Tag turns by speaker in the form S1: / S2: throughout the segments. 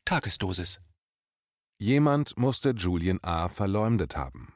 S1: Tagesdosis.
S2: Jemand musste Julian A. verleumdet haben.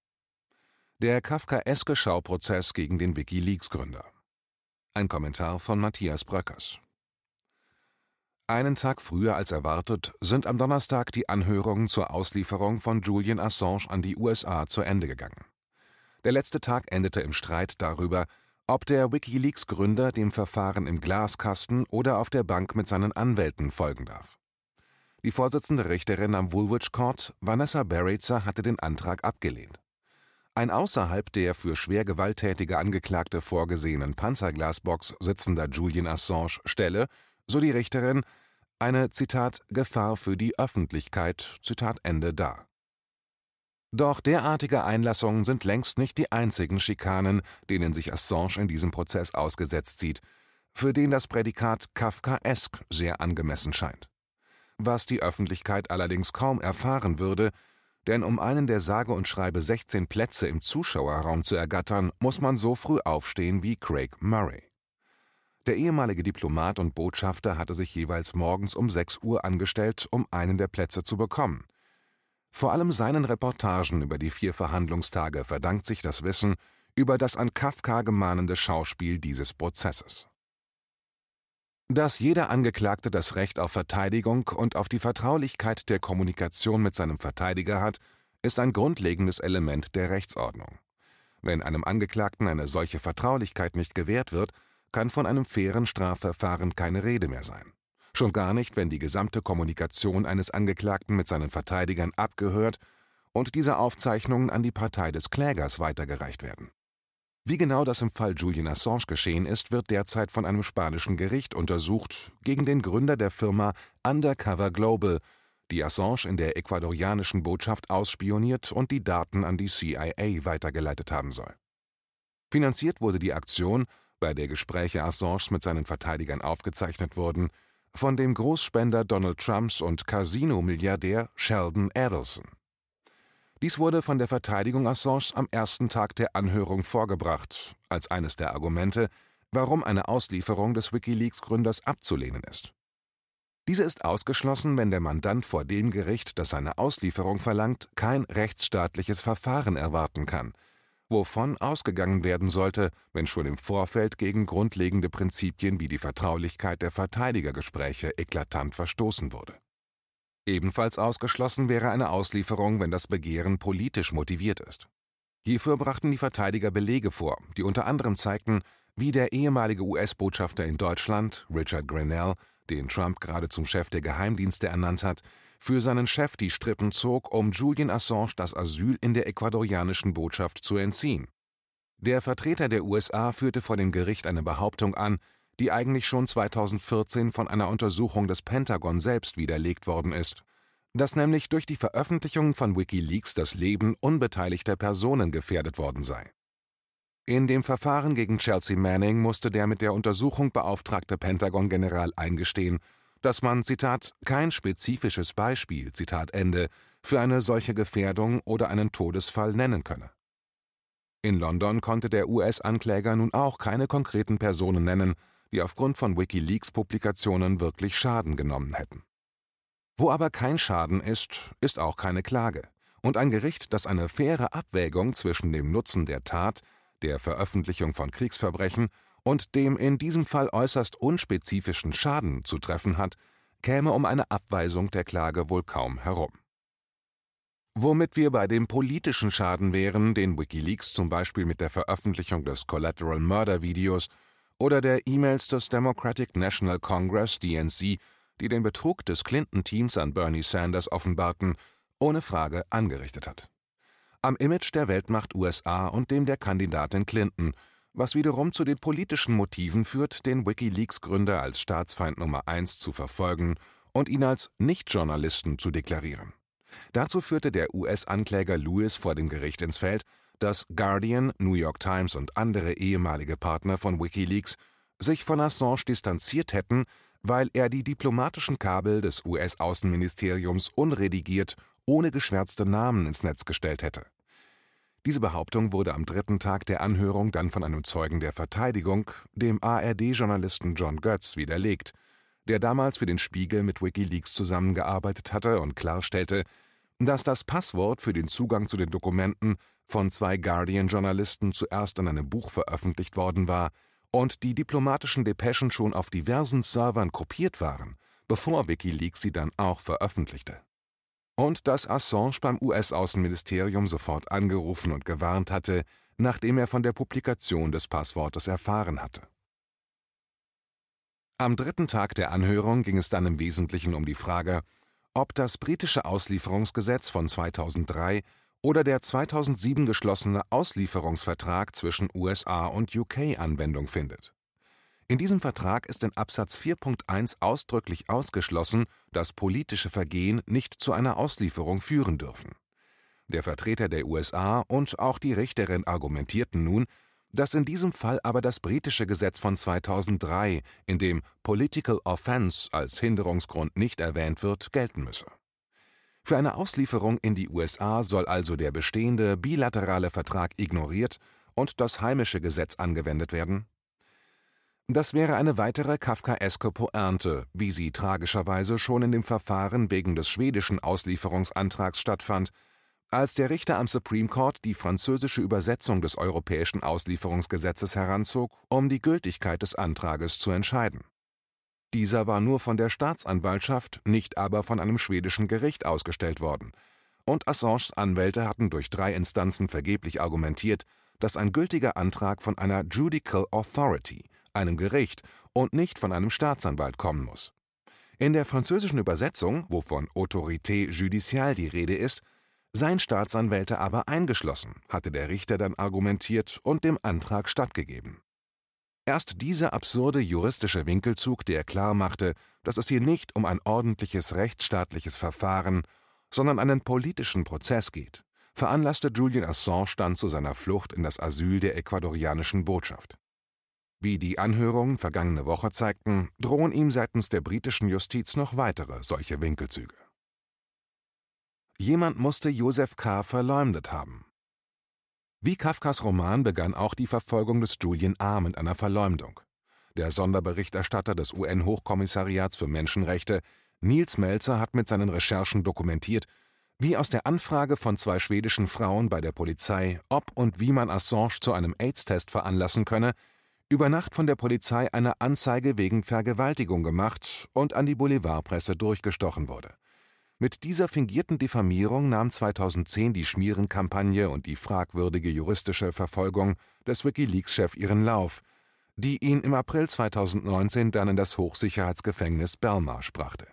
S2: Der kafkaeske Schauprozess gegen den WikiLeaks-Gründer. Ein Kommentar von Matthias Bröckers. Einen Tag früher als erwartet sind am Donnerstag die Anhörungen zur Auslieferung von Julian Assange an die USA zu Ende gegangen. Der letzte Tag endete im Streit darüber, ob der WikiLeaks-Gründer dem Verfahren im Glaskasten oder auf der Bank mit seinen Anwälten folgen darf. Die Vorsitzende Richterin am Woolwich Court, Vanessa Baraitser, hatte den Antrag abgelehnt. Ein außerhalb der für schwer gewalttätige Angeklagte vorgesehenen Panzerglasbox sitzender Julian Assange stelle, so die Richterin, eine, Zitat, Gefahr für die Öffentlichkeit, Zitat Ende, dar. Doch derartige Einlassungen sind längst nicht die einzigen Schikanen, denen sich Assange in diesem Prozess ausgesetzt sieht, für den das Prädikat kafkaesk sehr angemessen scheint. Was die Öffentlichkeit allerdings kaum erfahren würde, denn um einen der sage und schreibe 16 Plätze im Zuschauerraum zu ergattern, muss man so früh aufstehen wie Craig Murray. Der ehemalige Diplomat und Botschafter hatte sich jeweils morgens um 6 Uhr angestellt, um einen der Plätze zu bekommen. Vor allem seinen Reportagen über die 4 Verhandlungstage verdankt sich das Wissen über das an Kafka gemahnende Schauspiel dieses Prozesses. Dass jeder Angeklagte das Recht auf Verteidigung und auf die Vertraulichkeit der Kommunikation mit seinem Verteidiger hat, ist ein grundlegendes Element der Rechtsordnung. Wenn einem Angeklagten eine solche Vertraulichkeit nicht gewährt wird, kann von einem fairen Strafverfahren keine Rede mehr sein. Schon gar nicht, wenn die gesamte Kommunikation eines Angeklagten mit seinen Verteidigern abgehört und diese Aufzeichnungen an die Partei des Klägers weitergereicht werden. Wie genau das im Fall Julian Assange geschehen ist, wird derzeit von einem spanischen Gericht untersucht gegen den Gründer der Firma Undercover Global, die Assange in der ecuadorianischen Botschaft ausspioniert und die Daten an die CIA weitergeleitet haben soll. Finanziert wurde die Aktion, bei der Gespräche Assanges mit seinen Verteidigern aufgezeichnet wurden, von dem Großspender Donald Trumps und Casino-Milliardär Sheldon Adelson. Dies wurde von der Verteidigung Assanges am ersten Tag der Anhörung vorgebracht, als eines der Argumente, warum eine Auslieferung des WikiLeaks-Gründers abzulehnen ist. Diese ist ausgeschlossen, wenn der Mandant vor dem Gericht, das seine Auslieferung verlangt, kein rechtsstaatliches Verfahren erwarten kann, wovon ausgegangen werden sollte, wenn schon im Vorfeld gegen grundlegende Prinzipien wie die Vertraulichkeit der Verteidigergespräche eklatant verstoßen wurde. Ebenfalls ausgeschlossen wäre eine Auslieferung, wenn das Begehren politisch motiviert ist. Hierfür brachten die Verteidiger Belege vor, die unter anderem zeigten, wie der ehemalige US-Botschafter in Deutschland, Richard Grenell, den Trump gerade zum Chef der Geheimdienste ernannt hat, für seinen Chef die Strippen zog, um Julian Assange das Asyl in der ecuadorianischen Botschaft zu entziehen. Der Vertreter der USA führte vor dem Gericht eine Behauptung an, die eigentlich schon 2014 von einer Untersuchung des Pentagon selbst widerlegt worden ist, dass nämlich durch die Veröffentlichung von WikiLeaks das Leben unbeteiligter Personen gefährdet worden sei. In dem Verfahren gegen Chelsea Manning musste der mit der Untersuchung beauftragte Pentagon-General eingestehen, dass man, Zitat, kein spezifisches Beispiel, Zitat Ende, für eine solche Gefährdung oder einen Todesfall nennen könne. In London konnte der US-Ankläger nun auch keine konkreten Personen nennen, die aufgrund von WikiLeaks-Publikationen wirklich Schaden genommen hätten. Wo aber kein Schaden ist, ist auch keine Klage. Und ein Gericht, das eine faire Abwägung zwischen dem Nutzen der Tat, der Veröffentlichung von Kriegsverbrechen und dem in diesem Fall äußerst unspezifischen Schaden zu treffen hat, käme um eine Abweisung der Klage wohl kaum herum. Womit wir bei dem politischen Schaden wären, den WikiLeaks zum Beispiel mit der Veröffentlichung des Collateral Murder Videos oder der E-Mails des Democratic National Congress, DNC, die den Betrug des Clinton-Teams an Bernie Sanders offenbarten, ohne Frage angerichtet hat. Am Image der Weltmacht USA und dem der Kandidatin Clinton, was wiederum zu den politischen Motiven führt, den WikiLeaks-Gründer als Staatsfeind Nummer 1 zu verfolgen und ihn als Nicht-Journalisten zu deklarieren. Dazu führte der US-Ankläger Lewis vor dem Gericht ins Feld, dass Guardian, New York Times und andere ehemalige Partner von WikiLeaks sich von Assange distanziert hätten, weil er die diplomatischen Kabel des US-Außenministeriums unredigiert, ohne geschwärzte Namen ins Netz gestellt hätte. Diese Behauptung wurde am 3. Tag der Anhörung dann von einem Zeugen der Verteidigung, dem ARD-Journalisten John Götz, widerlegt, der damals für den Spiegel mit WikiLeaks zusammengearbeitet hatte und klarstellte, dass das Passwort für den Zugang zu den Dokumenten von 2 Guardian-Journalisten zuerst in einem Buch veröffentlicht worden war und die diplomatischen Depeschen schon auf diversen Servern kopiert waren, bevor WikiLeaks sie dann auch veröffentlichte. Und dass Assange beim US-Außenministerium sofort angerufen und gewarnt hatte, nachdem er von der Publikation des Passwortes erfahren hatte. Am 3. Tag der Anhörung ging es dann im Wesentlichen um die Frage, ob das britische Auslieferungsgesetz von 2003 oder der 2007 geschlossene Auslieferungsvertrag zwischen USA und UK Anwendung findet. In diesem Vertrag ist in Absatz 4.1 ausdrücklich ausgeschlossen, dass politische Vergehen nicht zu einer Auslieferung führen dürfen. Der Vertreter der USA und auch die Richterin argumentierten nun, dass in diesem Fall aber das britische Gesetz von 2003, in dem Political Offence als Hinderungsgrund nicht erwähnt wird, gelten müsse. Für eine Auslieferung in die USA soll also der bestehende bilaterale Vertrag ignoriert und das heimische Gesetz angewendet werden? Das wäre eine weitere kafkaeske Pointe, wie sie tragischerweise schon in dem Verfahren wegen des schwedischen Auslieferungsantrags stattfand, als der Richter am Supreme Court die französische Übersetzung des europäischen Auslieferungsgesetzes heranzog, um die Gültigkeit des Antrages zu entscheiden. Dieser war nur von der Staatsanwaltschaft, nicht aber von einem schwedischen Gericht ausgestellt worden, und Assanges Anwälte hatten durch 3 Instanzen vergeblich argumentiert, dass ein gültiger Antrag von einer Judicial Authority, einem Gericht, und nicht von einem Staatsanwalt kommen muss. In der französischen Übersetzung, wo von Autorité judiciale die Rede ist, seien Staatsanwälte aber eingeschlossen, hatte der Richter dann argumentiert und dem Antrag stattgegeben. Erst dieser absurde juristische Winkelzug, der klarmachte, dass es hier nicht um ein ordentliches rechtsstaatliches Verfahren, sondern einen politischen Prozess geht, veranlasste Julian Assange dann zu seiner Flucht in das Asyl der ecuadorianischen Botschaft. Wie die Anhörungen vergangene Woche zeigten, drohen ihm seitens der britischen Justiz noch weitere solche Winkelzüge. Jemand musste Joseph K. verleumdet haben. Wie Kafkas Roman begann auch die Verfolgung des Julian A. mit einer Verleumdung. Der Sonderberichterstatter des UN-Hochkommissariats für Menschenrechte, Nils Melzer, hat mit seinen Recherchen dokumentiert, wie aus der Anfrage von 2 schwedischen Frauen bei der Polizei, ob und wie man Assange zu einem AIDS-Test veranlassen könne, über Nacht von der Polizei eine Anzeige wegen Vergewaltigung gemacht und an die Boulevardpresse durchgestochen wurde. Mit dieser fingierten Diffamierung nahm 2010 die Schmierenkampagne und die fragwürdige juristische Verfolgung des WikiLeaks-Chefs ihren Lauf, die ihn im April 2019 dann in das Hochsicherheitsgefängnis Belmarsh brachte.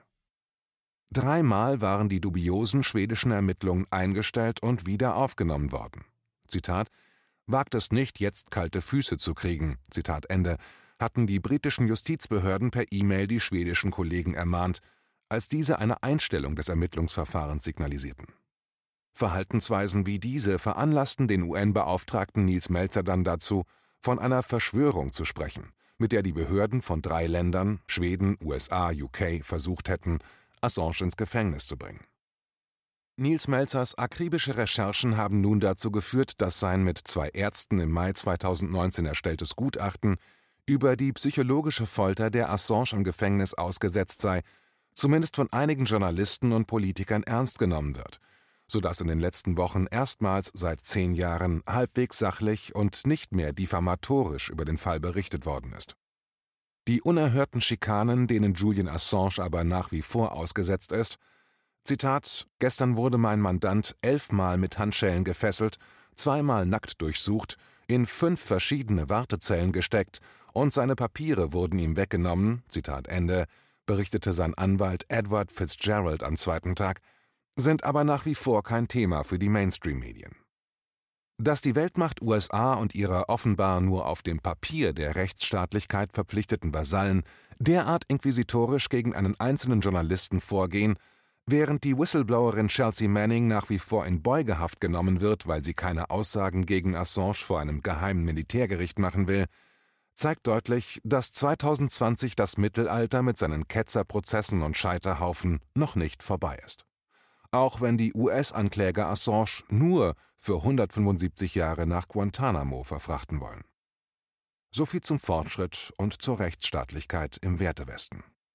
S2: 3-mal waren die dubiosen schwedischen Ermittlungen eingestellt und wieder aufgenommen worden. Zitat: »Wagt es nicht, jetzt kalte Füße zu kriegen«, Zitat Ende, hatten die britischen Justizbehörden per E-Mail die schwedischen Kollegen ermahnt, als diese eine Einstellung des Ermittlungsverfahrens signalisierten. Verhaltensweisen wie diese veranlassten den UN-Beauftragten Nils Melzer dann dazu, von einer Verschwörung zu sprechen, mit der die Behörden von 3 Ländern, Schweden, USA, UK, versucht hätten, Assange ins Gefängnis zu bringen. Nils Melzers akribische Recherchen haben nun dazu geführt, dass sein mit 2 Ärzten im Mai 2019 erstelltes Gutachten über die psychologische Folter, der Assange im Gefängnis ausgesetzt sei, zumindest von einigen Journalisten und Politikern ernst genommen wird, sodass in den letzten Wochen erstmals seit 10 Jahren halbwegs sachlich und nicht mehr diffamatorisch über den Fall berichtet worden ist. Die unerhörten Schikanen, denen Julian Assange aber nach wie vor ausgesetzt ist, Zitat: »Gestern wurde mein Mandant 11-mal mit Handschellen gefesselt, 2-mal nackt durchsucht, in 5 verschiedene Wartezellen gesteckt und seine Papiere wurden ihm weggenommen«, Zitat Ende, berichtete sein Anwalt Edward Fitzgerald am 2. Tag, sind aber nach wie vor kein Thema für die Mainstream-Medien. Dass die Weltmacht USA und ihre offenbar nur auf dem Papier der Rechtsstaatlichkeit verpflichteten Vasallen derart inquisitorisch gegen einen einzelnen Journalisten vorgehen, während die Whistleblowerin Chelsea Manning nach wie vor in Beugehaft genommen wird, weil sie keine Aussagen gegen Assange vor einem geheimen Militärgericht machen will, zeigt deutlich, dass 2020 das Mittelalter mit seinen Ketzerprozessen und Scheiterhaufen noch nicht vorbei ist. Auch wenn die US-Ankläger Assange nur für 175 Jahre nach Guantanamo verfrachten wollen. Soviel zum Fortschritt und zur Rechtsstaatlichkeit im Wertewesten.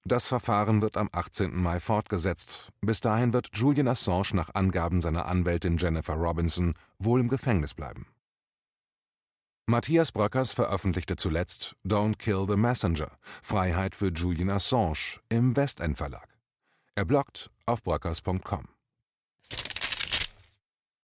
S2: Das Verfahren wird am 18. Mai fortgesetzt. Bis dahin wird Julian Assange nach Angaben seiner Anwältin Jennifer Robinson wohl im Gefängnis bleiben. Matthias Bröckers veröffentlichte zuletzt Don't Kill the Messenger – Freiheit für Julian Assange im Westend Verlag. Er bloggt auf bröckers.com.